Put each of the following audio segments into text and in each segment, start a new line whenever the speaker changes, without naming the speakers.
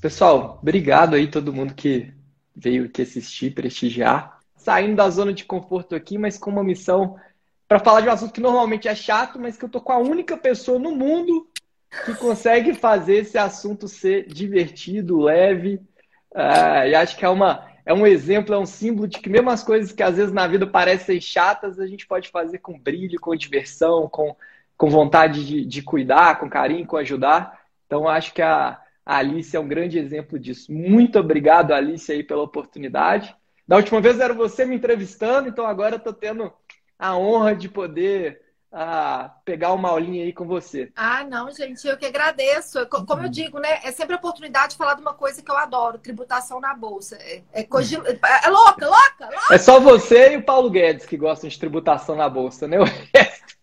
Pessoal, obrigado aí todo mundo que veio aqui assistir, prestigiar. Saindo da zona de conforto aqui, mas com uma missão para falar de um assunto que normalmente é chato, mas que eu tô com a única pessoa no mundo que consegue fazer esse assunto ser divertido, leve. E acho que é um exemplo, é um símbolo de que mesmo as coisas que às vezes na vida parecem chatas, a gente pode fazer com brilho, com diversão, com vontade de cuidar, com carinho, com ajudar. Então, acho que a Alice é um grande exemplo disso. Muito obrigado, Alice, aí pela oportunidade. Da última vez era você me entrevistando, então agora eu estou tendo a honra de poder pegar uma aulinha aí com você.
Ah, não, gente, eu que agradeço. Como eu digo, né? É sempre a oportunidade de falar de uma coisa que eu adoro, tributação na bolsa. É louca, louca, louca.
É só você e o Paulo Guedes que gostam de tributação na bolsa, né? O resto.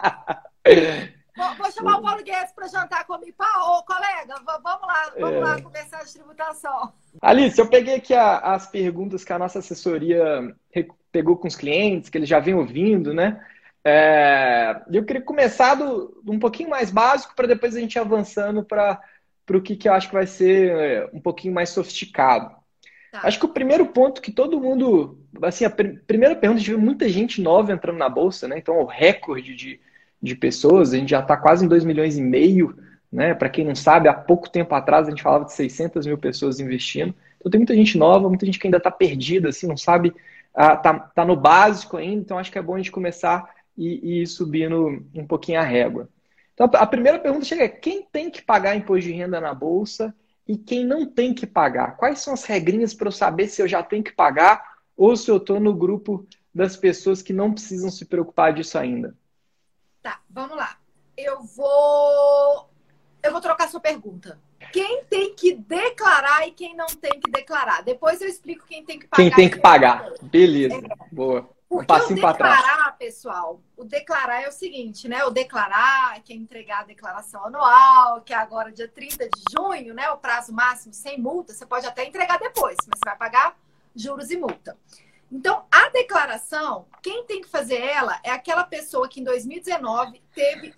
Vou chamar o Paulo Guedes para jantar comigo. Ô, colega, vamos lá conversar de tributação.
Alice, eu peguei aqui as perguntas que a nossa assessoria pegou com os clientes, que eles já vêm ouvindo, né? Eu queria começar um pouquinho mais básico para depois a gente ir avançando para o que eu acho que vai ser um pouquinho mais sofisticado.
Tá.
Acho que o primeiro ponto que todo mundo... Assim, a primeira pergunta, a gente vê muita gente nova entrando na Bolsa, né? Então, o recorde de pessoas, a gente já está quase em 2,5 milhões, né? Para quem não sabe, há pouco tempo atrás a gente falava de 600 mil pessoas investindo. Então, tem muita gente nova, muita gente que ainda está perdida, assim, não sabe, tá no básico ainda. Então, acho que é bom a gente começar e ir subindo um pouquinho a régua. Então, a primeira pergunta chega: quem tem que pagar imposto de renda na Bolsa e quem não tem que pagar? Quais são as regrinhas para eu saber se eu já tenho que pagar ou se eu estou no grupo das pessoas que não precisam se preocupar disso ainda?
Tá, vamos lá. Eu vou trocar sua pergunta. Quem tem que declarar e quem não tem que declarar? Depois eu explico quem tem que pagar.
Quem tem que pagar. Beleza. Boa.
Porque o declarar, pessoal, o declarar é o seguinte, né? O declarar, que é entregar a declaração anual, que é agora dia 30 de junho, né? O prazo máximo sem multa. Você pode até entregar depois, mas você vai pagar juros e multa. Então, a declaração, quem tem que fazer ela é aquela pessoa que em 2019 teve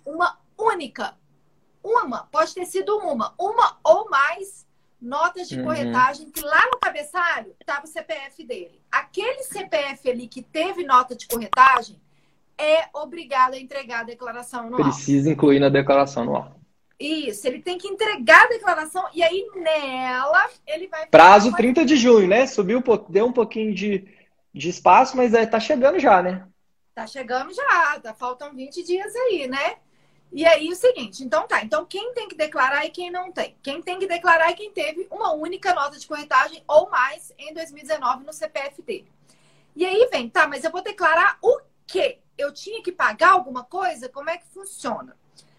pode ter sido uma ou mais notas de corretagem que lá no cabeçalho estava o CPF dele. Aquele CPF ali que teve nota de corretagem é obrigado a entregar a declaração anual.
Precisa incluir na declaração anual.
Isso, ele tem que entregar a declaração e aí nela ele vai...
Prazo 30 de junho, né? Subiu, deu um pouquinho de espaço, mas tá chegando já, né?
Tá chegando já, faltam 20 dias aí, né? E aí o seguinte, então quem tem que declarar e quem não tem? Quem tem que declarar é quem teve uma única nota de corretagem ou mais em 2019 no CPF dele. E aí vem, mas eu vou declarar o quê? Eu tinha que pagar alguma coisa? Como é que funciona?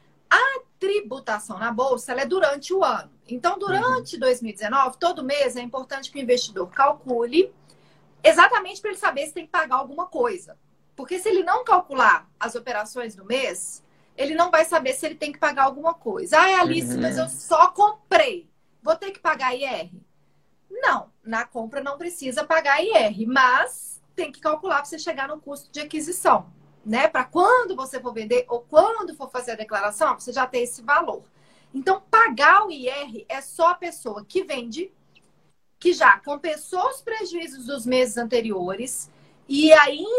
A tributação na Bolsa, ela é durante o ano. Então, durante 2019, todo mês é importante que o investidor calcule exatamente para ele saber se tem que pagar alguma coisa. Porque se ele não calcular as operações do mês, ele não vai saber se ele tem que pagar alguma coisa. Alice, mas eu só comprei. Vou ter que pagar IR? Não, na compra não precisa pagar IR, mas tem que calcular para você chegar no custo de aquisição, né? Para quando você for vender ou quando for fazer a declaração, você já tem esse valor. Então, pagar o IR é só a pessoa que vende, que já compensou os prejuízos dos meses anteriores e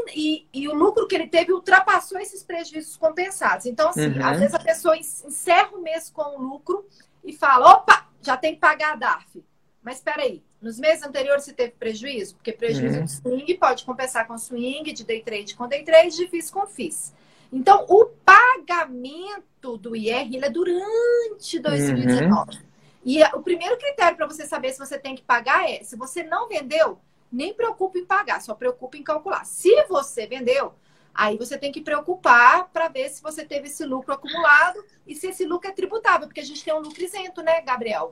o lucro que ele teve ultrapassou esses prejuízos compensados. Então, assim, às vezes a pessoa encerra o mês com o lucro e fala, opa, já tem que pagar a DARF. Mas espera aí, nos meses anteriores você teve prejuízo? Porque prejuízo de swing pode compensar com swing, de day trade com day trade, de FIIs com FIIs. Então, o pagamento do IR ele é durante 2019. E o primeiro critério para você saber se você tem que pagar é, se você não vendeu, nem preocupe em pagar, só preocupe em calcular. Se você vendeu, aí você tem que preocupar para ver se você teve esse lucro acumulado e se esse lucro é tributável, porque a gente tem um lucro isento, né, Gabriel?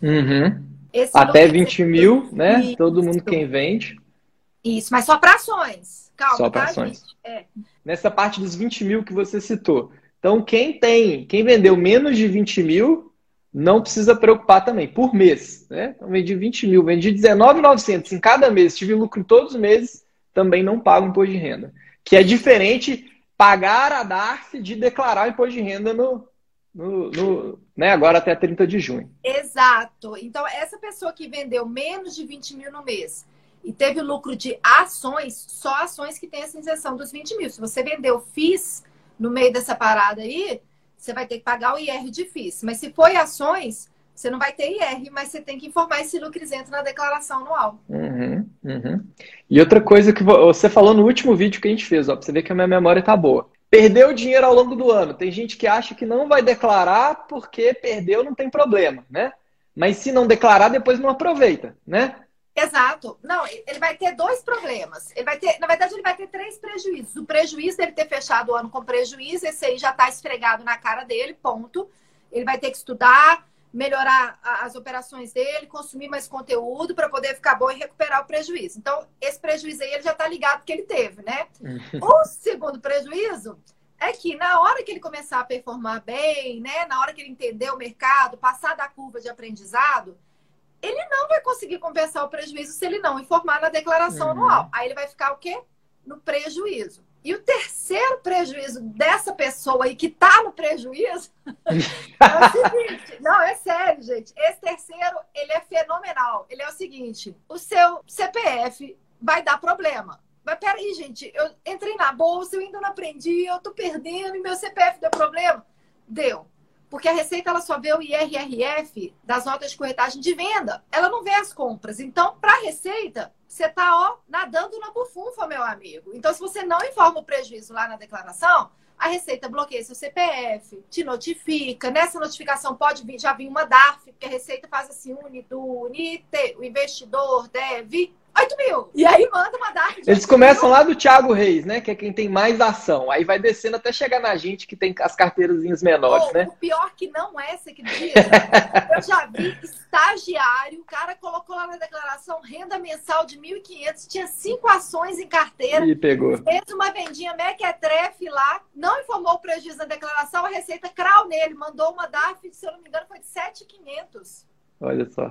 Até 20 mil, né?
Isso.
Todo mundo quem vende.
Isso, mas só para ações. Calma,
só para ações.
É.
Nessa parte dos 20 mil que você citou. Então, quem vendeu menos de 20 mil, não precisa preocupar também, por mês, né? Então, vendi 20 mil, vendi 19.900 em cada mês, tive lucro todos os meses, também não pago imposto de renda. Que é diferente pagar a DARF de declarar o imposto de renda né, agora até 30 de junho.
Exato. Então, essa pessoa que vendeu menos de 20 mil no mês e teve lucro de ações, só ações que tem essa isenção dos 20 mil. Se você vendeu FIIs no meio dessa parada aí, você vai ter que pagar o IR de FIIs. Mas se foi ações, você não vai ter IR, mas você tem que informar esse lucro isento na declaração anual.
E outra coisa que você falou no último vídeo que a gente fez, ó, pra você ver que a minha memória tá boa. Perdeu dinheiro ao longo do ano. Tem gente que acha que não vai declarar porque perdeu, não tem problema, né? Mas se não declarar, depois não aproveita, né?
Exato. Não, ele vai ter dois problemas. Ele vai ter, na verdade, ele vai ter três prejuízos. O prejuízo dele ter fechado o ano com prejuízo, esse aí já está esfregado na cara dele, ponto. Ele vai ter que estudar, melhorar as operações dele, consumir mais conteúdo para poder ficar bom e recuperar o prejuízo. Então, esse prejuízo aí ele já está ligado que ele teve, né? O segundo prejuízo é que na hora que ele começar a performar bem, né? Na hora que ele entender o mercado, passar da curva de aprendizado, ele não vai conseguir compensar o prejuízo se ele não informar na declaração anual. Aí ele vai ficar o quê? No prejuízo. E o terceiro prejuízo dessa pessoa aí que tá no prejuízo é o seguinte. Não, é sério, gente. Esse terceiro, ele é fenomenal. Ele é o seguinte. O seu CPF vai dar problema. Mas peraí, gente. Eu entrei na bolsa, eu ainda não aprendi, eu tô perdendo e meu CPF deu problema. Deu. Porque a Receita ela só vê o IRRF das notas de corretagem de venda. Ela não vê as compras. Então, para a Receita, você tá nadando na bufunfa, meu amigo. Então, se você não informa o prejuízo lá na declaração, a Receita bloqueia seu CPF, te notifica. Nessa notificação pode vir, já vir uma DARF, porque a Receita faz assim, UNITE, o investidor deve 8 mil. E aí manda uma DARF de
Eles começam lá do Thiago Reis, né? Que é quem tem mais ação. Aí vai descendo até chegar na gente que tem as carteirazinhas menores, né?
O pior que não é, você acredita? Eu já vi estagiário, o cara colocou lá na declaração renda mensal de 1.500, tinha 5 ações em carteira.
E pegou.
Fez uma vendinha mequetrefe lá, não informou o prejuízo na declaração, a Receita crau nele, mandou uma DARF, se eu não me engano, foi de 7.500.
Olha só.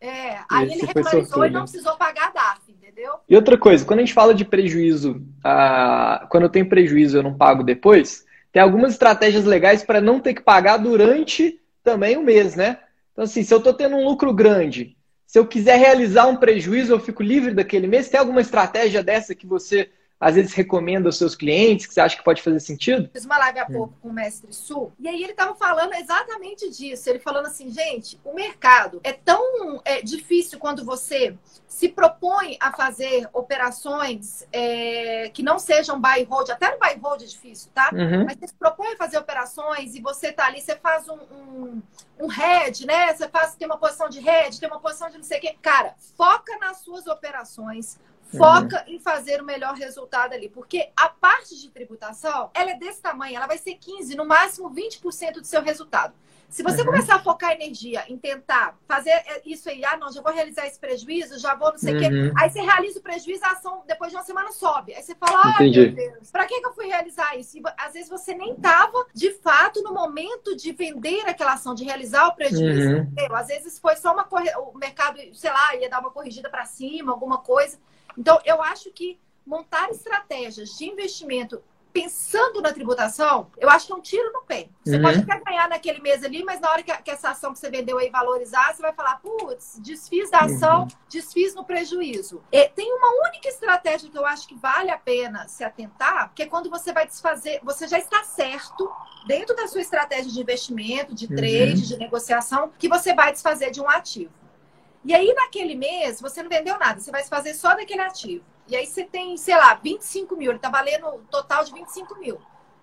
Aí ele regularizou e não precisou pagar a DARF, entendeu?
E outra coisa, quando a gente fala de prejuízo, quando eu tenho prejuízo eu não pago depois, tem algumas estratégias legais para não ter que pagar durante também o mês, né? Então assim, se eu estou tendo um lucro grande, se eu quiser realizar um prejuízo, eu fico livre daquele mês, tem alguma estratégia dessa que você às vezes recomenda aos seus clientes, que você acha que pode fazer sentido?
Fiz uma live há pouco com o Mestre Su, e aí ele estava falando exatamente disso. Ele falando assim, gente, o mercado é tão difícil quando você se propõe a fazer operações que não sejam buy and hold. Até no buy and hold é difícil, tá? Mas você se propõe a fazer operações e você tá ali, você faz um hedge, né? Você tem uma posição de hedge, tem uma posição de não sei o quê. Cara, foca nas suas operações. Foca em fazer o melhor resultado ali. Porque a parte de tributação, ela é desse tamanho. Ela vai ser 15%, no máximo 20% do seu resultado. Se você começar a focar energia em tentar fazer isso aí, não, já vou realizar esse prejuízo, já vou não sei o quê. Aí você realiza o prejuízo, a ação depois de uma semana sobe. Aí você fala, meu Deus, pra que eu fui realizar isso? E, às vezes você nem tava, de fato, no momento de vender aquela ação, de realizar o prejuízo. Entendeu? Às vezes foi só o mercado, sei lá, ia dar uma corrigida pra cima, alguma coisa. Então, eu acho que montar estratégias de investimento pensando na tributação, eu acho que é um tiro no pé. Você pode até ganhar naquele mês ali, mas na hora que essa ação que você vendeu aí valorizar, você vai falar, putz, desfiz da ação, desfiz no prejuízo. Tem uma única estratégia que eu acho que vale a pena se atentar, que é quando você vai desfazer, você já está certo, dentro da sua estratégia de investimento, de trade, de negociação, que você vai desfazer de um ativo. E aí, naquele mês, você não vendeu nada. Você vai se fazer só daquele ativo. E aí, você tem, sei lá, 25 mil. Ele tá valendo um total de 25 mil.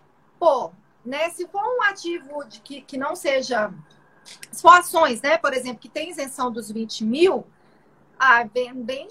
Pô, né? Se for um ativo que não seja... Se for ações, né? Por exemplo, que tem isenção dos 20 mil, vende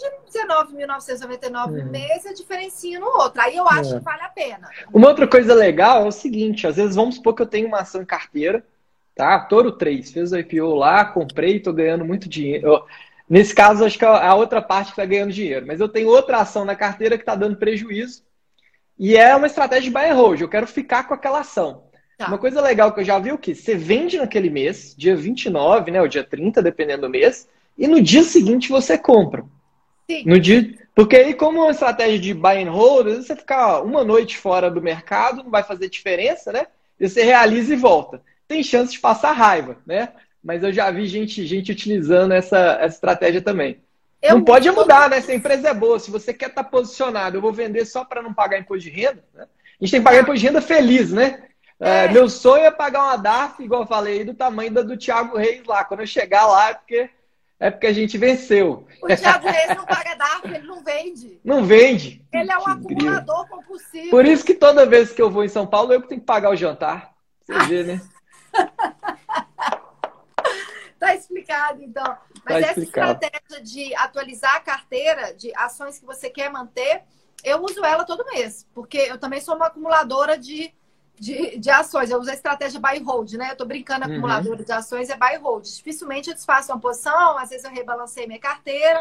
19.999 no mês, a diferencinha no outro. Aí eu acho que vale a pena.
Uma outra coisa legal é o seguinte. Às vezes, vamos supor que eu tenho uma ação em carteira. Tá? Toro 3, fez o IPO lá, comprei, tô ganhando muito dinheiro. Nesse caso, acho que a outra parte está ganhando dinheiro. Mas eu tenho outra ação na carteira que está dando prejuízo. E é uma estratégia de buy and hold. Eu quero ficar com aquela ação. Tá. Uma coisa legal que eu já vi o que você vende naquele mês, dia 29, né, ou dia 30, dependendo do mês, e no dia seguinte você compra.
Sim.
Porque aí, como é uma estratégia de buy and hold, às vezes você ficar uma noite fora do mercado, não vai fazer diferença, né? E você realiza e volta. tem chance de passar raiva, né? Mas eu já vi gente utilizando essa estratégia também. Não pode mudar, né? Se a empresa é boa, se você quer estar posicionado, eu vou vender só para não pagar imposto de renda, né? A gente tem que pagar imposto de renda feliz, né? Meu sonho é pagar uma DARF, igual eu falei, do tamanho da do Thiago Reis lá. Quando eu chegar lá, é porque a gente venceu.
O Thiago Reis não paga DARF, ele não vende.
Não vende.
Ele é um acumulador compulsivo.
Por isso que toda vez que eu vou em São Paulo, eu que tenho que pagar o jantar. Você vê, né?
Tá explicado, então. Mas essa estratégia de atualizar a carteira de ações que você quer manter, eu uso ela todo mês. Porque eu também sou uma acumuladora de ações. Eu uso a estratégia buy and hold, né? Eu tô brincando, acumuladora de ações é buy and hold. Dificilmente eu desfaço uma posição, às vezes eu rebalancei minha carteira,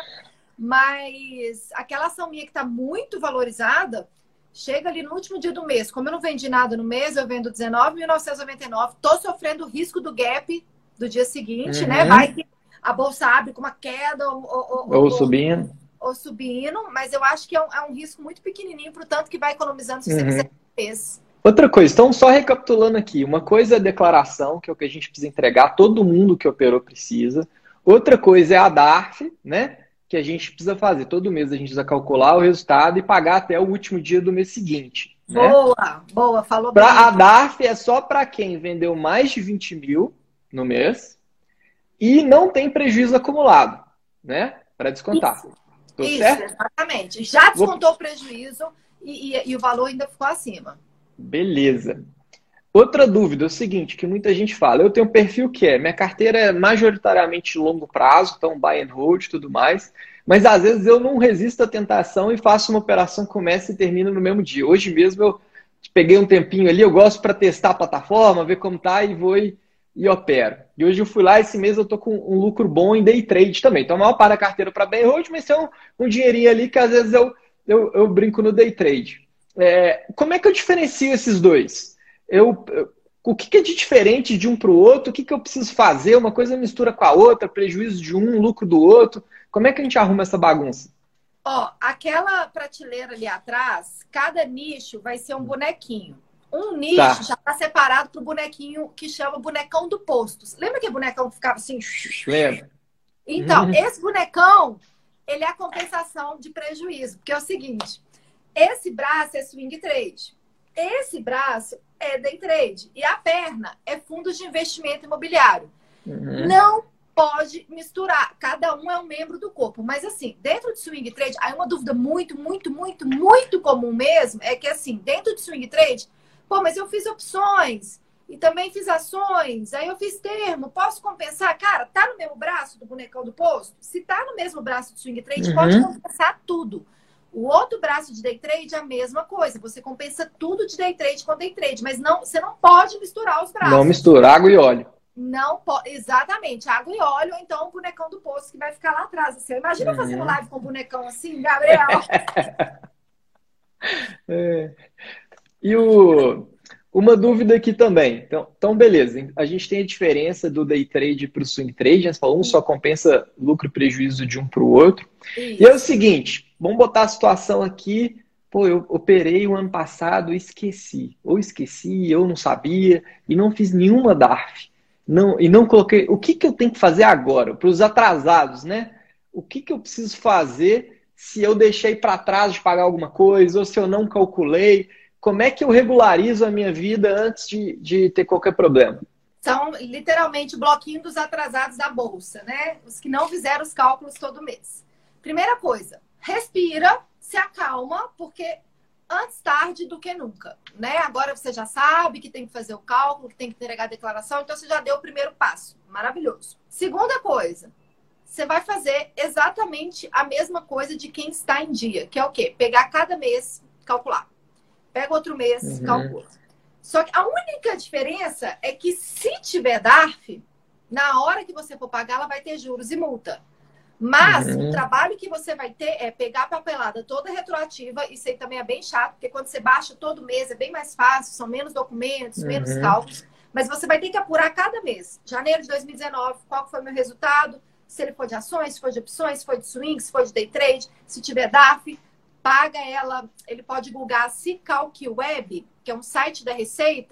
mas aquela ação minha que tá muito valorizada, chega ali no último dia do mês. Como eu não vendi nada no mês, eu vendo 19.999, tô sofrendo o risco do gap do dia seguinte, né? Vai que a bolsa abre com uma queda
ou subindo.
Ou subindo, mas eu acho que é um risco muito pequenininho pro tanto que vai economizando se você fizer mês.
Outra coisa, então só recapitulando aqui, uma coisa é a declaração, que é o que a gente precisa entregar, todo mundo que operou precisa. Outra coisa é a DARF, né? Que a gente precisa fazer. Todo mês a gente precisa calcular o resultado e pagar até o último dia do mês seguinte. Né?
Boa, falou bem.
A DARF é só para quem vendeu mais de 20 mil no mês e não tem prejuízo acumulado, né? Para descontar.
Isso,
certo?
Exatamente. Já descontou o prejuízo e o valor ainda ficou acima.
Beleza. Outra dúvida é o seguinte, que muita gente fala, eu tenho um perfil que minha carteira é majoritariamente longo prazo, então buy and hold e tudo mais, mas às vezes eu não resisto à tentação e faço uma operação que começa e termina no mesmo dia. Hoje mesmo eu peguei um tempinho ali, eu gosto para testar a plataforma, ver como tá e vou e opero. E hoje eu fui lá, esse mês eu tô com um lucro bom em day trade também. Então a maior parte da carteira para buy and hold, mas tem um dinheirinho ali que às vezes eu brinco no day trade. Como é que eu diferencio esses dois? O que é de diferente de um para o outro? O que eu preciso fazer? Uma coisa mistura com a outra, prejuízo de um, lucro do outro. Como é que a gente arruma essa bagunça?
Aquela prateleira ali atrás, cada nicho vai ser um bonequinho. Um nicho já está separado para o bonequinho que chama bonecão do posto. Lembra que bonecão que ficava assim?
Lembro.
Então, esse bonecão, ele é a compensação de prejuízo. Porque é o seguinte, esse braço é swing trade. Esse braço é day trade. E a perna é fundos de investimento imobiliário. Não pode misturar. Cada um é um membro do corpo. Mas assim, dentro de swing trade, aí uma dúvida muito, muito, muito, muito comum mesmo é que assim, dentro de swing trade, mas eu fiz opções e também fiz ações, aí eu fiz termo, posso compensar? Cara, tá no mesmo braço do bonecão do posto? Se tá no mesmo braço de swing trade, pode compensar tudo. O outro braço de day trade é a mesma coisa. Você compensa tudo de day trade com day trade, mas você não pode misturar os braços.
Não mistura água e óleo.
Não pode, exatamente, água e óleo, ou então o bonecão do posto que vai ficar lá atrás. Assim, imagina eu fazendo live com um bonecão assim, Gabriel.
E uma dúvida aqui também. Então, beleza. A gente tem a diferença do day trade para o swing trade. A gente falou, um só compensa lucro e prejuízo de um para o outro. Isso. E é o seguinte, vamos botar a situação aqui. Eu operei o ano passado e esqueci. Ou esqueci, ou não sabia, e não fiz nenhuma DARF. E não coloquei. O que eu tenho que fazer agora? Para os atrasados, né? O que eu preciso fazer se eu deixei para trás de pagar alguma coisa, ou se eu não calculei? Como é que eu regularizo a minha vida antes de ter qualquer problema?
São literalmente o bloquinho dos atrasados da bolsa, né? Os que não fizeram os cálculos todo mês. Primeira coisa, respira, se acalma, porque antes tarde do que nunca, né? Agora você já sabe que tem que fazer o cálculo, que tem que entregar a declaração, então você já deu o primeiro passo. Maravilhoso. Segunda coisa, você vai fazer exatamente a mesma coisa de quem está em dia, que é o quê? Pegar cada mês, calcular. Pega outro mês, calcula. Só que a única diferença é que se tiver DARF, na hora que você for pagar, ela vai ter juros e multa. Mas o trabalho que você vai ter é pegar a papelada toda retroativa. Isso aí também é bem chato, porque quando você baixa todo mês é bem mais fácil, são menos documentos, menos cálculos. Mas você vai ter que apurar cada mês. Janeiro de 2019, qual foi o meu resultado? Se ele for de ações, se for de opções, se for de swing, se for de day trade, se tiver DARF. Paga ela, ele pode divulgar Cicalc Web, que é um site da Receita,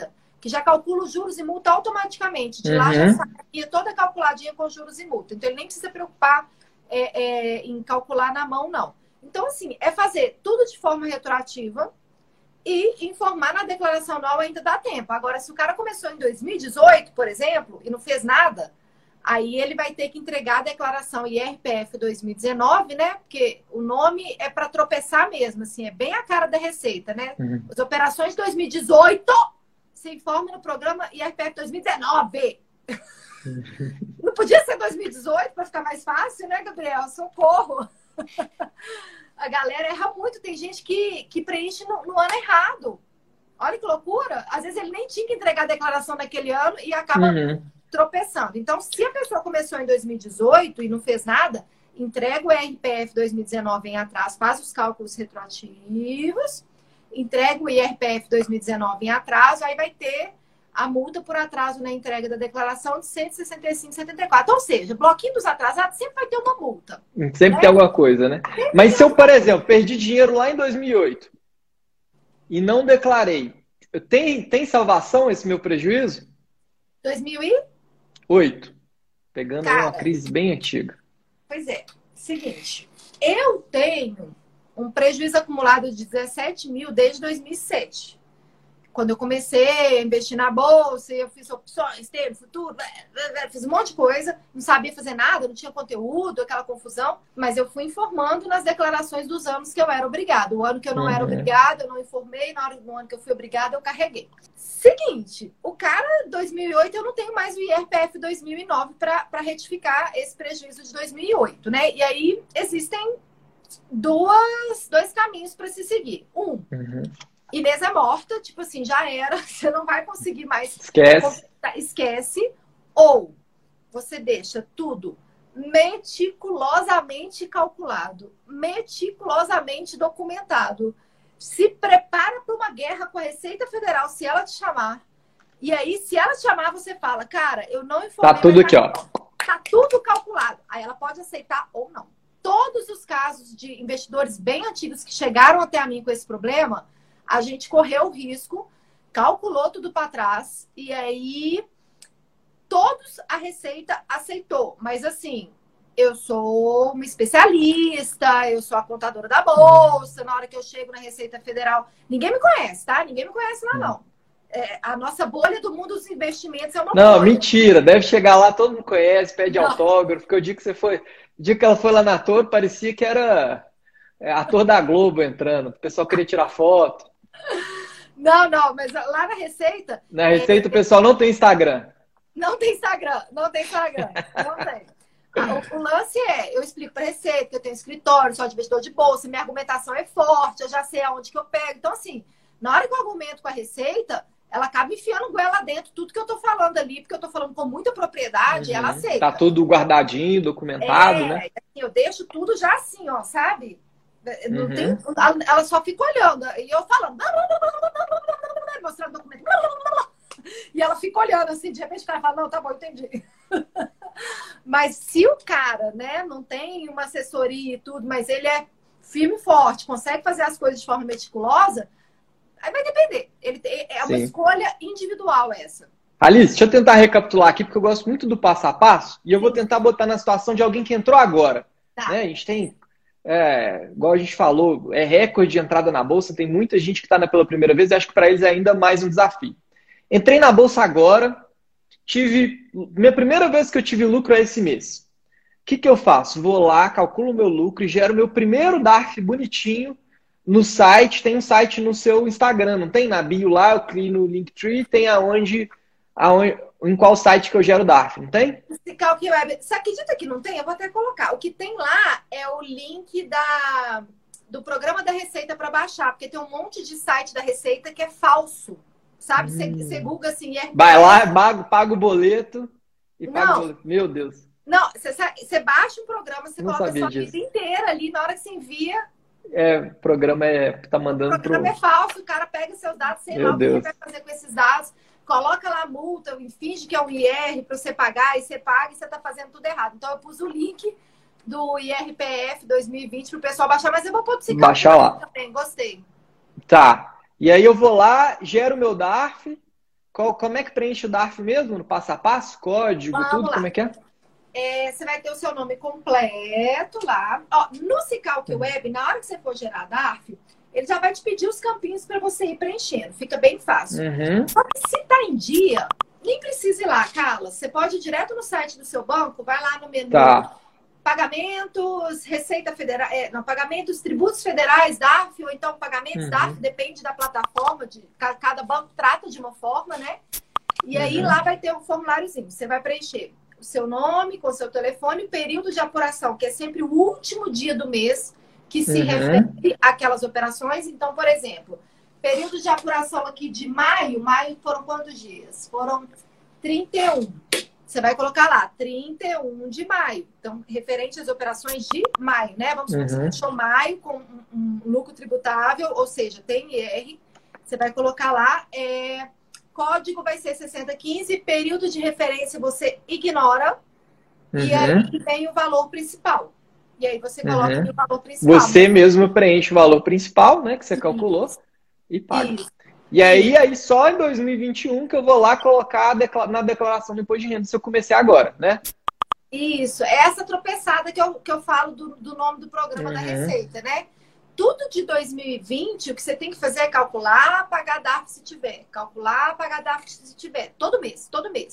que já calcula os juros e multa automaticamente. De lá já sai toda calculadinha com juros e multa. Então, ele nem precisa se preocupar em calcular na mão, não. Então, assim, é fazer tudo de forma retroativa e informar na declaração anual ainda dá tempo. Agora, se o cara começou em 2018, por exemplo, e não fez nada, aí ele vai ter que entregar a declaração IRPF 2019, né? Porque o nome é para tropeçar mesmo, assim, é bem a cara da Receita, né? As operações de 2018 se informa no programa IRPF 2019. Não podia ser 2018 para ficar mais fácil, né, Gabriel? Socorro! A galera erra muito. Tem gente que preenche no ano errado. Olha que loucura. Às vezes ele nem tinha que entregar a declaração daquele ano e acaba tropeçando. Então, se a pessoa começou em 2018 e não fez nada, entrega o IRPF 2019 em atraso, faz os cálculos retroativos, entrega o IRPF 2019 em atraso, aí vai ter a multa por atraso na entrega da declaração de 165,74. Ou seja, bloquinho dos atrasados sempre vai ter uma multa.
Sempre tem alguma coisa, né? Mas se eu, por exemplo, perdi dinheiro lá em 2008 e não declarei, tem salvação esse meu prejuízo?
2008.
Pegando uma crise bem antiga.
Pois é. Seguinte, eu tenho um prejuízo acumulado de 17 mil desde 2007. Quando eu comecei a investir na bolsa, eu fiz opções, termo, futuro, fiz um monte de coisa, não sabia fazer nada, não tinha conteúdo, aquela confusão, mas eu fui informando nas declarações dos anos que eu era obrigada. O ano que eu não era obrigada, eu não informei, no ano que eu fui obrigada, eu carreguei. Seguinte, o cara, 2008, eu não tenho mais o IRPF 2009 para retificar esse prejuízo de 2008, né? E aí existem dois caminhos para se seguir. Inês é morta, tipo assim, já era, você não vai conseguir mais. Esquece. Ou você deixa tudo meticulosamente calculado, meticulosamente documentado. Se prepara para uma guerra com a Receita Federal, se ela te chamar. E aí, se ela te chamar, você fala, cara, eu não informei.
Tá tudo aqui, ó.
Tá tudo calculado. Aí ela pode aceitar ou não. Todos os casos de investidores bem antigos que chegaram até a mim com esse problema, a gente correu o risco, calculou tudo para trás e aí todos a Receita aceitou. Mas assim, eu sou uma especialista, eu sou a contadora da bolsa, na hora que eu chego na Receita Federal, ninguém me conhece, tá? Ninguém me conhece lá, não. A nossa bolha do mundo dos investimentos é uma bolha.
Não, mentira. Deve chegar lá, todo mundo conhece, pede autógrafo. Porque o dia que você foi, o dia que ela foi lá na Torre, parecia que era ator da Globo entrando. O pessoal queria tirar foto.
Não, mas lá na Receita...
Na Receita o pessoal não tem Instagram.
Não tem Instagram. Não tem. O lance eu explico para a Receita que eu tenho escritório, sou investidor de bolsa, minha argumentação é forte, eu já sei aonde que eu pego. Então, assim, na hora que eu argumento com a Receita, ela acaba enfiando goela dentro tudo que eu tô falando ali, porque eu tô falando com muita propriedade, ela aceita.
Tá tudo guardadinho, documentado, né?
Assim, eu deixo tudo já assim, ó, sabe? Não tem, ela só fica olhando. E eu falando, mostrando o documento. E ela fica olhando assim, de repente o cara fala, não, tá bom, entendi. Mas se o cara, né, não tem uma assessoria e tudo, mas ele é firme e forte, consegue fazer as coisas de forma meticulosa, aí vai depender. É uma escolha individual essa.
Alice, deixa eu tentar recapitular aqui, porque eu gosto muito do passo a passo, e eu vou tentar botar na situação de alguém que entrou agora.
Tá.
Né? A gente tem, igual a gente falou, é recorde de entrada na Bolsa, tem muita gente que está pela primeira vez, e acho que para eles é ainda mais um desafio. Entrei na Bolsa agora, minha primeira vez que eu tive lucro é esse mês. O que eu faço? Vou lá, calculo o meu lucro e gero meu primeiro DARF bonitinho no site. Tem um site no seu Instagram, não tem? Na bio lá, eu clico no Linktree, tem em qual site que eu gero DARF, não tem?
Você acredita que não tem? Eu vou até colocar. O que tem lá é o link do programa da Receita para baixar, porque tem um monte de site da Receita que é falso. Sabe? Você google assim...
Vai lá, paga o boleto e paga o boleto. Meu Deus.
Não, você baixa um programa, você coloca a sua vida inteira ali, na hora que você envia...
O programa tá mandando...
O programa é falso, o cara pega seus dados, sei lá o que ele vai fazer com esses dados, coloca lá a multa, finge que é um IR para você pagar, e você paga e você tá fazendo tudo errado. Então eu pus o link do IRPF 2020 pro pessoal baixar, mas eu vou pôr esse
baixar lá
também, gostei.
Tá. E aí eu vou lá, gero meu DARF Como é que preenche o DARF mesmo? No passo a passo? Código,
Vamos
tudo?
lá.
Como é que é?
Você vai ter o seu nome completo lá. Ó, no Cicalc Web, na hora que você for gerar DARF, ele já vai te pedir os campinhos para você ir preenchendo. Fica bem fácil.
Uhum.
Só que se tá em dia, nem precisa ir lá, Carla. Você pode ir direto no site do seu banco, vai lá no menu Pagamentos, Receita Federal, pagamentos, tributos federais, DARF, ou então pagamentos DARF, depende da plataforma, cada banco trata de uma forma, né? E aí lá vai ter um formuláriozinho. Você vai preencher o seu nome, com o seu telefone, período de apuração, que é sempre o último dia do mês que se refere àquelas operações. Então, por exemplo, período de apuração aqui de maio foram quantos dias? Foram 31. Você vai colocar lá, 31 de maio. Então, referente às operações de maio, né? Vamos supor que você deixou maio com um lucro tributável, ou seja, tem IR. Você vai colocar lá, código vai ser 6015, período de referência você ignora, e aí vem o valor principal. E aí você coloca o valor principal.
Você mesmo preenche o valor principal, né? Que você calculou, e paga.
Isso.
E aí só em 2021 que eu vou lá colocar na declaração do imposto de renda, se eu comecei agora, né?
Isso, é essa tropeçada que eu falo do nome do programa da Receita, né? Tudo de 2020, o que você tem que fazer é calcular, pagar DARF se tiver. Calcular, pagar DARF se tiver. Todo mês.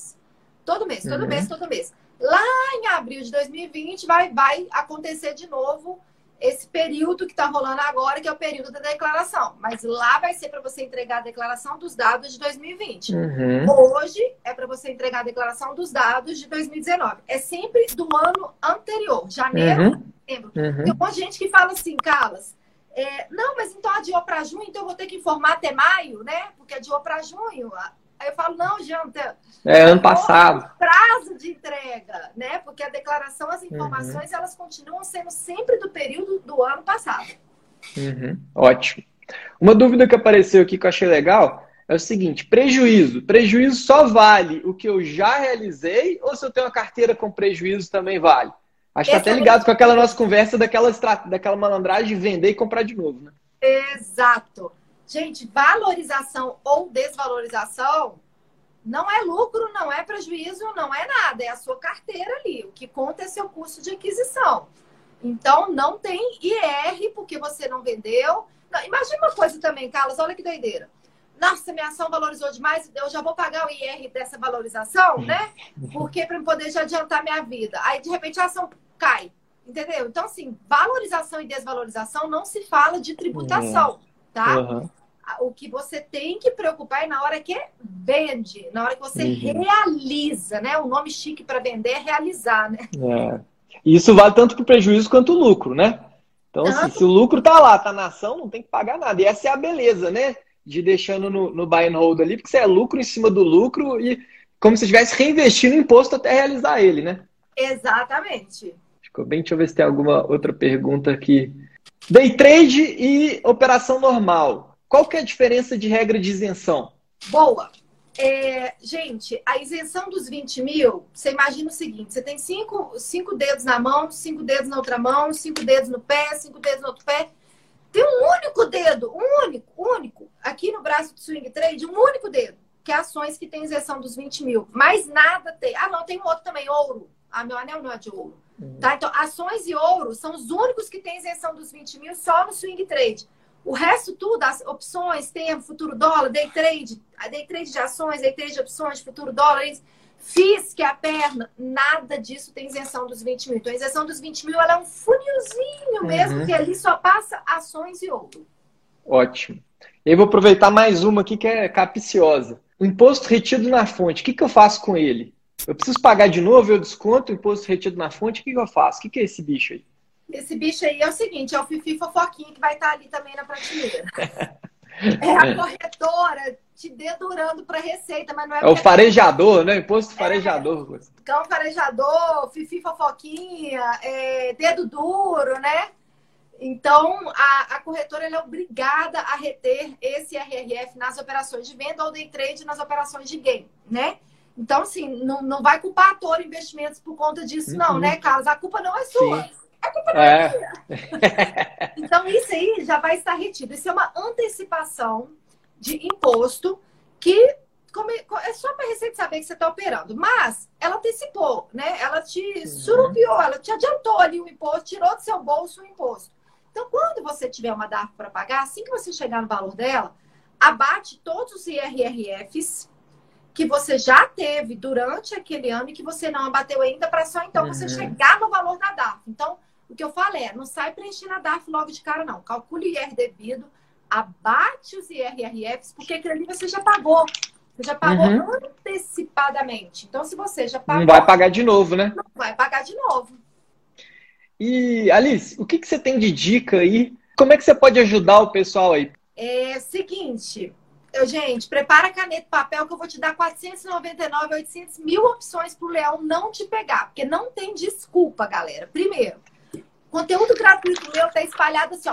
Lá em abril de 2020 vai acontecer de novo esse período que está rolando agora, que é o período da declaração. Mas lá vai ser para você entregar a declaração dos dados de 2020. Hoje é para você entregar a declaração dos dados de 2019. É sempre do ano anterior, janeiro, setembro. Tem um monte de gente que fala assim, Carlas, não, mas então adiou para junho, então eu vou ter que informar até maio, né? Porque adiou para junho. Aí eu falo, não, Janta.
Ano passado.
Prazo de entrega, né? Porque a declaração, as informações, elas continuam sendo sempre do período do ano passado.
Ótimo. Uma dúvida que apareceu aqui que eu achei legal é o seguinte: prejuízo. Prejuízo só vale o que eu já realizei ou se eu tenho uma carteira com prejuízo também vale? Acho que tá até ligado com aquela nossa conversa daquela malandragem de vender e comprar de novo, né?
Exato. Gente, valorização ou desvalorização não é lucro, não é prejuízo, não é nada. É a sua carteira ali. O que conta é seu custo de aquisição. Então, não tem IR porque você não vendeu. Não, imagina uma coisa também, Carlos, olha que doideira. Nossa, minha ação valorizou demais, eu já vou pagar o IR dessa valorização, né? Porque para eu poder já adiantar minha vida. Aí, de repente, a ação cai. Entendeu? Então, assim, valorização e desvalorização não se fala de tributação, tá? O que você tem que preocupar é na hora que vende, na hora que você realiza, né? O nome chique para vender é realizar, né?
Isso vale tanto para o prejuízo quanto o lucro, né? Então, assim, se o lucro tá lá, tá na ação, não tem que pagar nada. E essa é a beleza, né? De deixando no buy and hold ali, porque você é lucro em cima do lucro e como se estivesse reinvestindo o imposto até realizar ele, né?
Exatamente.
Ficou bem, deixa eu ver se tem alguma outra pergunta aqui. Day trade e operação normal. Qual que é a diferença de regra de isenção?
Boa. Gente, a isenção dos 20 mil, você imagina o seguinte, você tem cinco dedos na mão, 5 dedos na outra mão, 5 dedos no pé, 5 dedos no outro pé. Tem um único dedo, único, aqui no braço do swing trade, um único dedo, que é ações que tem isenção dos 20 mil. Mais nada tem. Ah, não, tem um outro também, ouro. Ah, meu anel não é de ouro. Tá? Então, ações e ouro são os únicos que têm isenção dos 20 mil só no swing trade. O resto tudo, as opções, termo, futuro dólar, day trade de ações, day trade de opções, futuro dólar, FIIs, que é a perna, nada disso tem isenção dos 20 mil. Então, a isenção dos 20 mil ela é um funilzinho mesmo, que ali só passa ações e ouro.
Ótimo. Eu vou aproveitar mais uma aqui que é capciosa. O imposto retido na fonte, o que eu faço com ele? Eu preciso pagar de novo, eu desconto o imposto retido na fonte, o que eu faço? O que é esse bicho aí?
Esse bicho aí é o seguinte, é o Fifi Fofoquinha que vai estar ali também na prateleira. É a corretora te dedurando para receita, mas não é...
É o farejador, né? Imposto farejador.
Cão farejador, Fifi Fofoquinha, dedo duro, né? Então, a corretora ela é obrigada a reter esse RRF nas operações de venda ou day trade nas operações de gain, né? Então, assim, não vai culpar a Toro Investimentos por conta disso, não, né, Carlos? A culpa não é sua. Sim. A culpa não é minha. Então, isso aí já vai estar retido. Isso é uma antecipação de imposto que é só para a Receita saber que você está operando. Mas ela antecipou, né? Ela te surupiou, ela te adiantou ali o imposto, tirou do seu bolso o imposto. Então, quando você tiver uma DARF para pagar, assim que você chegar no valor dela, abate todos os IRRFs que você já teve durante aquele ano e que você não abateu ainda, para só então você chegar no valor da DARF. Então, o que eu falo é, não sai preenchendo a DARF logo de cara, não. Calcule o IR devido, abate os IRRFs, porque aquilo ali você já pagou. Você já pagou antecipadamente. Então, se você já pagou...
Não vai pagar de novo, né?
Não vai pagar de novo.
E, Alice, o que você tem de dica aí? Como é que você pode ajudar o pessoal aí?
É seguinte, gente, prepara a caneta e papel que eu vou te dar 499, 800 mil opções pro Leão não te pegar. Porque não tem desculpa, galera. Primeiro, conteúdo gratuito meu tá espalhado assim, ó.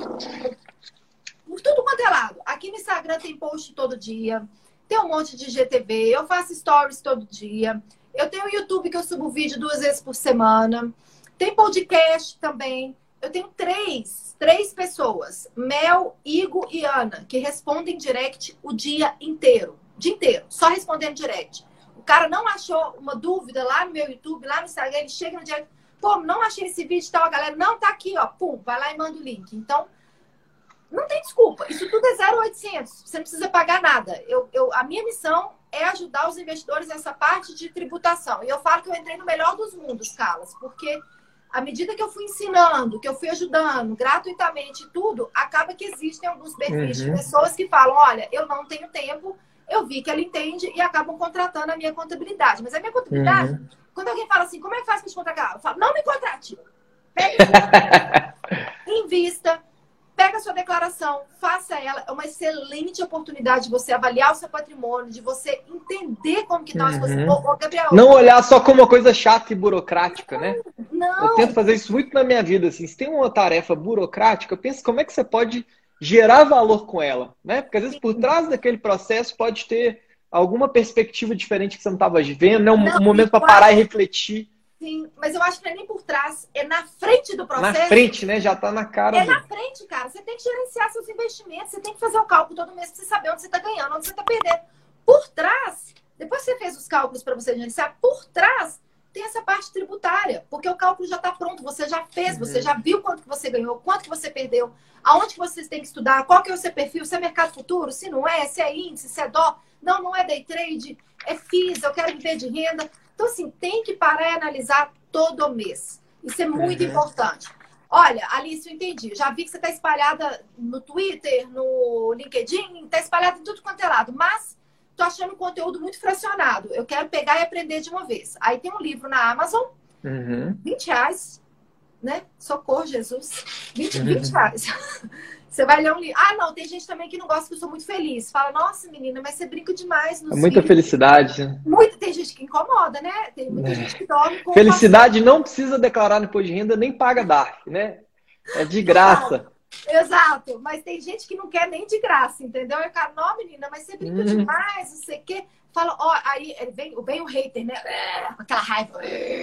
Por tudo quanto é lado. Aqui no Instagram tem post todo dia. Tem um monte de GTV. Eu faço stories todo dia. Eu tenho o YouTube que eu subo vídeo 2 vezes por semana. Tem podcast também. Eu tenho três pessoas, Mel, Igor e Ana, que respondem direct o dia inteiro. O dia inteiro, só respondendo direct. O cara não achou uma dúvida lá no meu YouTube, lá no Instagram, ele chega no direct, pô, não achei esse vídeo e tal, a galera, não, tá aqui, ó, pum, vai lá e manda o link. Então, não tem desculpa, isso tudo é 0,800, você não precisa pagar nada. A minha missão é ajudar os investidores nessa parte de tributação. E eu falo que eu entrei no melhor dos mundos, Carlas, porque... à medida que eu fui ensinando, que eu fui ajudando gratuitamente tudo, acaba que existem alguns perfis de pessoas que falam, olha, eu não tenho tempo, eu vi que ela entende e acabam contratando a minha contabilidade. Mas a minha contabilidade, quando alguém fala assim, como é que faz para te contratar? Eu falo, não me contrate. Pega invista, pega a sua declaração, faça ela. É uma excelente oportunidade de você avaliar o seu patrimônio, de você entender como que estão as coisas. Ô, Gabriel,
não olhar só como uma coisa chata e burocrática, né?
Não.
Eu tento fazer isso muito na minha vida. Assim. Se tem uma tarefa burocrática, eu penso como é que você pode gerar valor com ela, né? Porque às vezes por trás daquele processo pode ter alguma perspectiva diferente que você não estava vendo, né? Um momento para parar e refletir.
Sim, mas eu acho que não é nem por trás, é na frente do processo.
Na frente, né? Já tá na cara.
É na frente, cara. Você tem que gerenciar seus investimentos, você tem que fazer o cálculo todo mês pra você saber onde você tá ganhando, onde você tá perdendo. Por trás, depois que você fez os cálculos para você gerenciar, por trás tem essa parte tributária, porque o cálculo já está pronto, você já fez, você já viu quanto que você ganhou, quanto que você perdeu, aonde que vocês têm que estudar, qual que é o seu perfil, se é mercado futuro, se não é, se é índice, se é dó, não é day trade, é FIIs, eu quero viver de renda. Então, assim, tem que parar e analisar todo mês. Isso é muito importante. Olha, Alice, eu entendi. Já vi que você está espalhada no Twitter, no LinkedIn, está espalhada em tudo quanto é lado, mas tô achando o conteúdo muito fracionado. Eu quero pegar e aprender de uma vez. Aí tem um livro na Amazon, R$20, né? Socorro, Jesus. 20 reais. Você vai ler um livro. Ah, não, tem gente também que não gosta, que eu sou muito feliz. Fala, nossa, menina, mas você brinca demais nos
muita
vídeos.
Felicidade. Né?
Tem gente que incomoda, né? Tem muita gente que dorme com...
Felicidade não precisa declarar no imposto de renda, nem paga DARF, né? É de graça.
Exato, mas tem gente que não quer nem de graça, entendeu? Eu falo, não, menina, mas você brinca demais, não sei o quê. Fala, ó, aí vem o hater, né? Aquela raiva.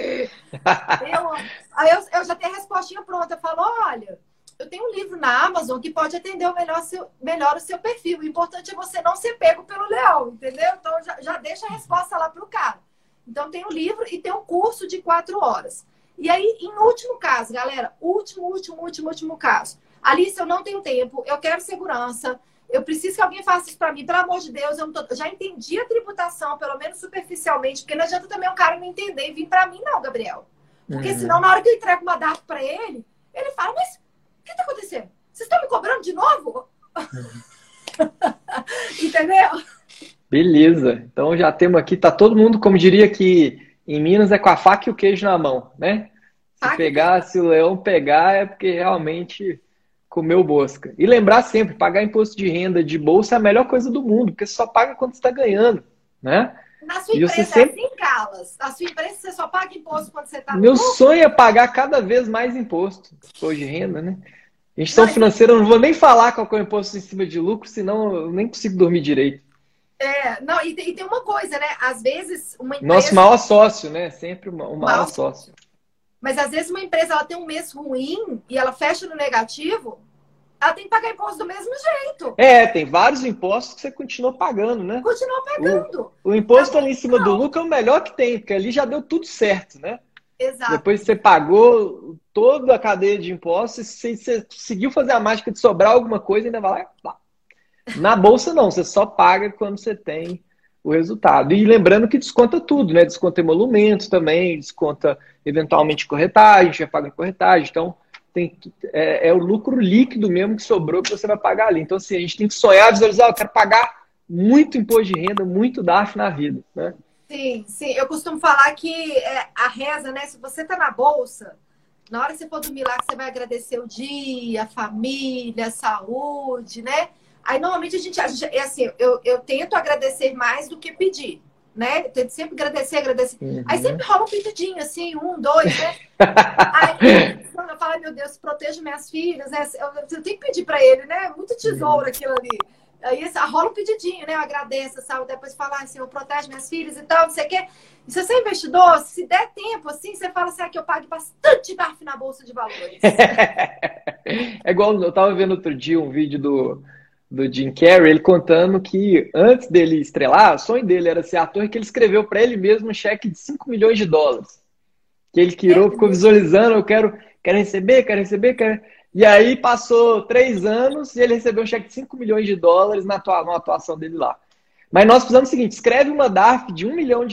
Aí eu já tenho a respostinha pronta. Eu falo, olha, eu tenho um livro na Amazon que pode atender melhor o seu perfil. O importante é você não ser pego pelo leão, entendeu? Então já deixa a resposta lá pro cara. Então tem um livro e tem um curso de 4 horas. E aí, em último caso, galera, último caso. Alice, eu não tenho tempo, eu quero segurança, eu preciso que alguém faça isso para mim, pelo amor de Deus, eu já entendi a tributação, pelo menos superficialmente, porque não adianta também um cara não entender e vir para mim, não, Gabriel. Porque senão, na hora que eu entrego uma DARF para ele, ele fala, mas o que está acontecendo? Vocês estão me cobrando de novo? Entendeu?
Beleza, então já temos aqui, tá todo mundo, como diria que em Minas é com a faca e o queijo na mão, né? Se o leão pegar é porque realmente... comeu bosca. E lembrar sempre, pagar imposto de renda de bolsa é a melhor coisa do mundo, porque você só paga quando você está ganhando, né?
Na sua empresa sempre... é assim, Carlas? Na sua empresa você só paga imposto quando você está no
Meu sonho é pagar cada vez mais imposto de renda, né? Instituição financeira, eu não vou nem falar qual é o imposto em cima de lucro, senão eu nem consigo dormir direito.
E tem uma coisa, né? Às vezes uma empresa...
Nosso maior sócio, né? Sempre o maior sócio.
Mas às vezes uma empresa ela tem um mês ruim e ela fecha no negativo, ela tem que pagar imposto do mesmo jeito.
Tem vários impostos que você continua pagando, né?
Continua pagando.
O imposto
Então,
ali em cima do lucro é o melhor que tem, porque ali já deu tudo certo, né?
exato.
Depois você pagou toda a cadeia de impostos, se você conseguiu fazer a mágica de sobrar alguma coisa, ainda vai lá. Na bolsa não, você só paga quando você tem o resultado. E lembrando que desconta tudo, né? Desconta emolumentos também, desconta eventualmente corretagem, já paga corretagem. Então, é o lucro líquido mesmo que sobrou que você vai pagar ali. Então, assim, a gente tem que sonhar, visualizar, eu quero pagar muito imposto de renda, muito DARF na vida, né?
Sim, sim. Eu costumo falar que a reza, né? Se você tá na bolsa, na hora que você for dormir lá, que você vai agradecer o dia, a família, a saúde, né? Aí, normalmente, a gente é assim, eu tento agradecer mais do que pedir, né? Eu tento sempre agradecer.
Uhum.
Aí sempre rola um pedidinho, assim, 1, 2, né? Aí eu falo, meu Deus, proteja minhas filhas, né? Eu tenho que pedir para ele, né? Muito tesouro aquilo ali. Aí rola um pedidinho, né? Eu agradeço, sabe? Depois falar, Senhor, protege minhas filhas e tal, não sei o quê. E se você é investidor, se der tempo, assim, você fala assim, que eu pague bastante DARF na Bolsa de Valores.
É igual, eu tava vendo outro dia um vídeo do Jim Carrey, ele contando que antes dele estrelar, o sonho dele era ser ator, e que ele escreveu para ele mesmo um cheque de 5 milhões de dólares. Que ele ficou visualizando, eu quero receber, quero... E aí passou 3 anos e ele recebeu um cheque de 5 milhões de dólares na atuação dele lá. Mas nós precisamos do seguinte, escreve uma DARF de R$1 milhão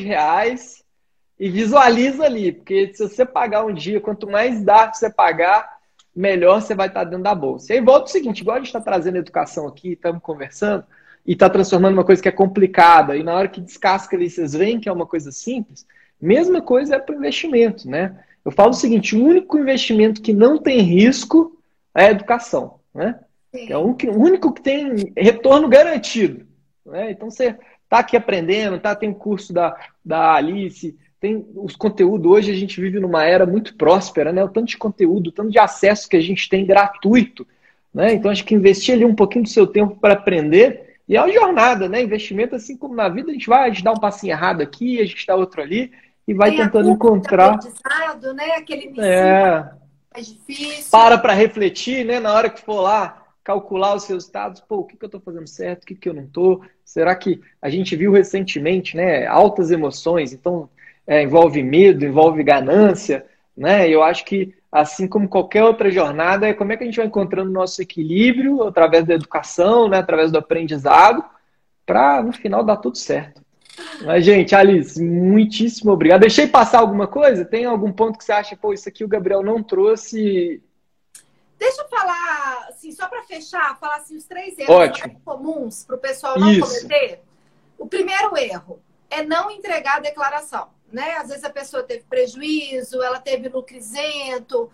e visualiza ali, porque se você pagar um dia, quanto mais DARF você pagar, melhor você vai estar dentro da bolsa. E aí volta o seguinte, igual a gente está trazendo educação aqui, estamos conversando, e está transformando uma coisa que é complicada, e na hora que descasca ali, vocês veem que é uma coisa simples, mesma coisa é para o investimento, né? Eu falo o seguinte, o único investimento que não tem risco é a educação, né? É o único que tem retorno garantido, né? Então você está aqui aprendendo, tem o curso da Alice, tem os conteúdos. Hoje a gente vive numa era muito próspera, né? O tanto de conteúdo, o tanto de acesso que a gente tem gratuito, né? Então acho que investir ali um pouquinho do seu tempo para aprender, e é uma jornada, né? Investimento, assim como na vida, a gente dá um passinho errado aqui, a gente dá outro ali, e vai tentando encontrar.
Né? Aquele início mais difícil. Para
refletir, né? Na hora que for lá calcular os resultados, o que eu estou fazendo certo, o que eu não estou? Será que a gente viu recentemente, né? Altas emoções, então envolve medo, envolve ganância, né? Eu acho que, assim como qualquer outra jornada, é como é que a gente vai encontrando o nosso equilíbrio através da educação, né? Através do aprendizado, para no final dar tudo certo. Mas, gente, Alice, muitíssimo obrigado. Deixei passar alguma coisa? Tem algum ponto que você acha, isso aqui o Gabriel não trouxe?
Deixa eu falar, assim, só para fechar, falar assim, os 3 erros mais comuns para o pessoal não cometer. O primeiro erro é não entregar a declaração, né? Às vezes a pessoa teve prejuízo, ela teve lucro isento,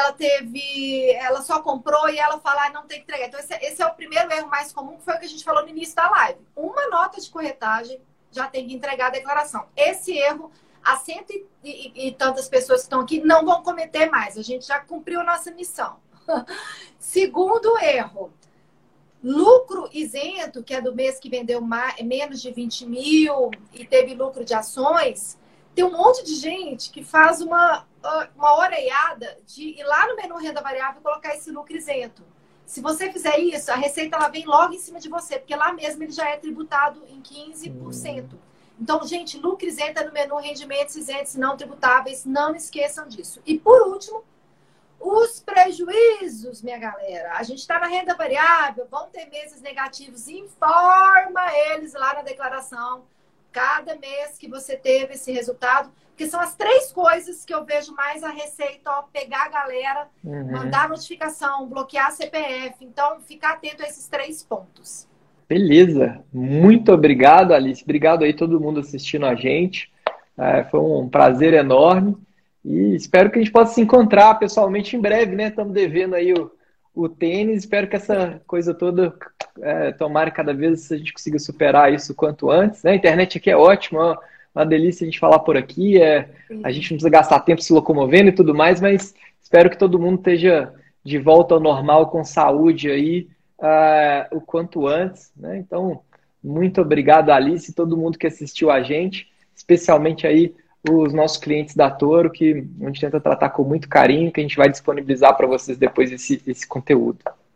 ela só comprou e ela fala, não tem que entregar. Então, esse é o primeiro erro mais comum, que foi o que a gente falou no início da live. Uma nota de corretagem já tem que entregar a declaração. Esse erro, as 100 e tantas pessoas que estão aqui não vão cometer mais. A gente já cumpriu a nossa missão. Segundo erro, lucro isento, que é do mês que vendeu menos de 20 mil e teve lucro de ações. Tem um monte de gente que faz uma oreiada de ir lá no menu renda variável e colocar esse lucro isento. Se você fizer isso, a receita ela vem logo em cima de você, porque lá mesmo ele já é tributado em 15%. Então, gente, lucro isento é no menu rendimentos isentos não tributáveis, não esqueçam disso. E por último, os prejuízos, minha galera. A gente está na renda variável, vão ter meses negativos, informa eles lá na declaração, cada mês que você teve esse resultado, porque são as 3 coisas que eu vejo mais a Receita, pegar a galera, mandar notificação, bloquear CPF. Então, ficar atento a esses 3 pontos.
Beleza. Muito obrigado, Alice. Obrigado aí todo mundo assistindo a gente. Foi um prazer enorme. E espero que a gente possa se encontrar pessoalmente em breve, né? Estamos devendo aí o tênis. Espero que essa coisa toda, tomara cada vez a gente consiga superar isso quanto antes, né? A internet aqui é ótima, uma delícia a gente falar por aqui. A gente não precisa gastar tempo se locomovendo e tudo mais, mas espero que todo mundo esteja de volta ao normal, com saúde aí, o quanto antes, né? Então, muito obrigado, Alice, e todo mundo que assistiu a gente, especialmente aí os nossos clientes da Toro, que a gente tenta tratar com muito carinho, que a gente vai disponibilizar para vocês depois esse conteúdo.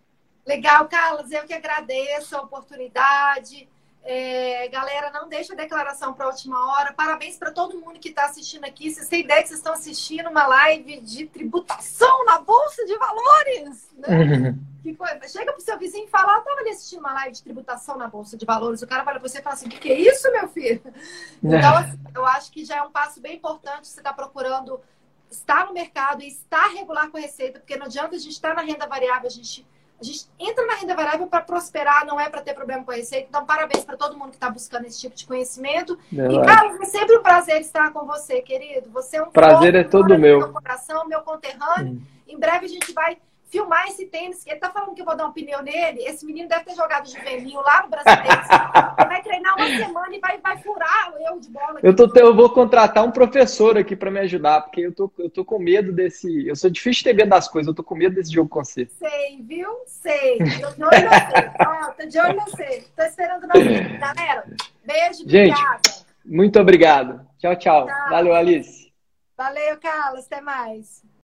Legal, Carlos, eu que agradeço a oportunidade. Galera, não deixa a declaração para a última hora. Parabéns para todo mundo que está assistindo aqui. Vocês têm ideia que vocês estão assistindo uma live de tributação na Bolsa de Valores, né? Que coisa. Chega para o seu vizinho e fala, eu estava ali assistindo uma live de tributação na Bolsa de Valores. O cara vai para você e fala assim, o que é isso, meu filho? Então, assim, eu acho que já é um passo bem importante. Você está procurando estar no mercado e estar regular com a Receita, porque não adianta a gente estar na renda variável, a gente entra na renda variável para prosperar, não é para ter problema com a Receita. Então, parabéns para todo mundo que está buscando esse tipo de conhecimento. E, Carlos, é sempre um prazer estar com você, querido. Você é um
prazer é todo meu.
Meu coração, meu conterrâneo. Em breve a gente vai filmar esse tênis. Ele tá falando que eu vou dar um pneu nele. Esse menino deve ter jogado de juveninho lá no Brasileiro. Ele vai treinar uma semana e vai furar o eu de bola.
Eu vou contratar um professor aqui para me ajudar, porque eu tô com medo desse... Eu sou difícil de ter medo das coisas, eu tô com medo desse jogo com você.
Sei, viu? Sei. Tô de olho em você. Tô de olho em você. Tô esperando o nosso vídeo, galera. Beijo, obrigada.
Gente, muito obrigado. Tchau, tchau. Valeu, Alice.
Valeu, Carlos. Até mais.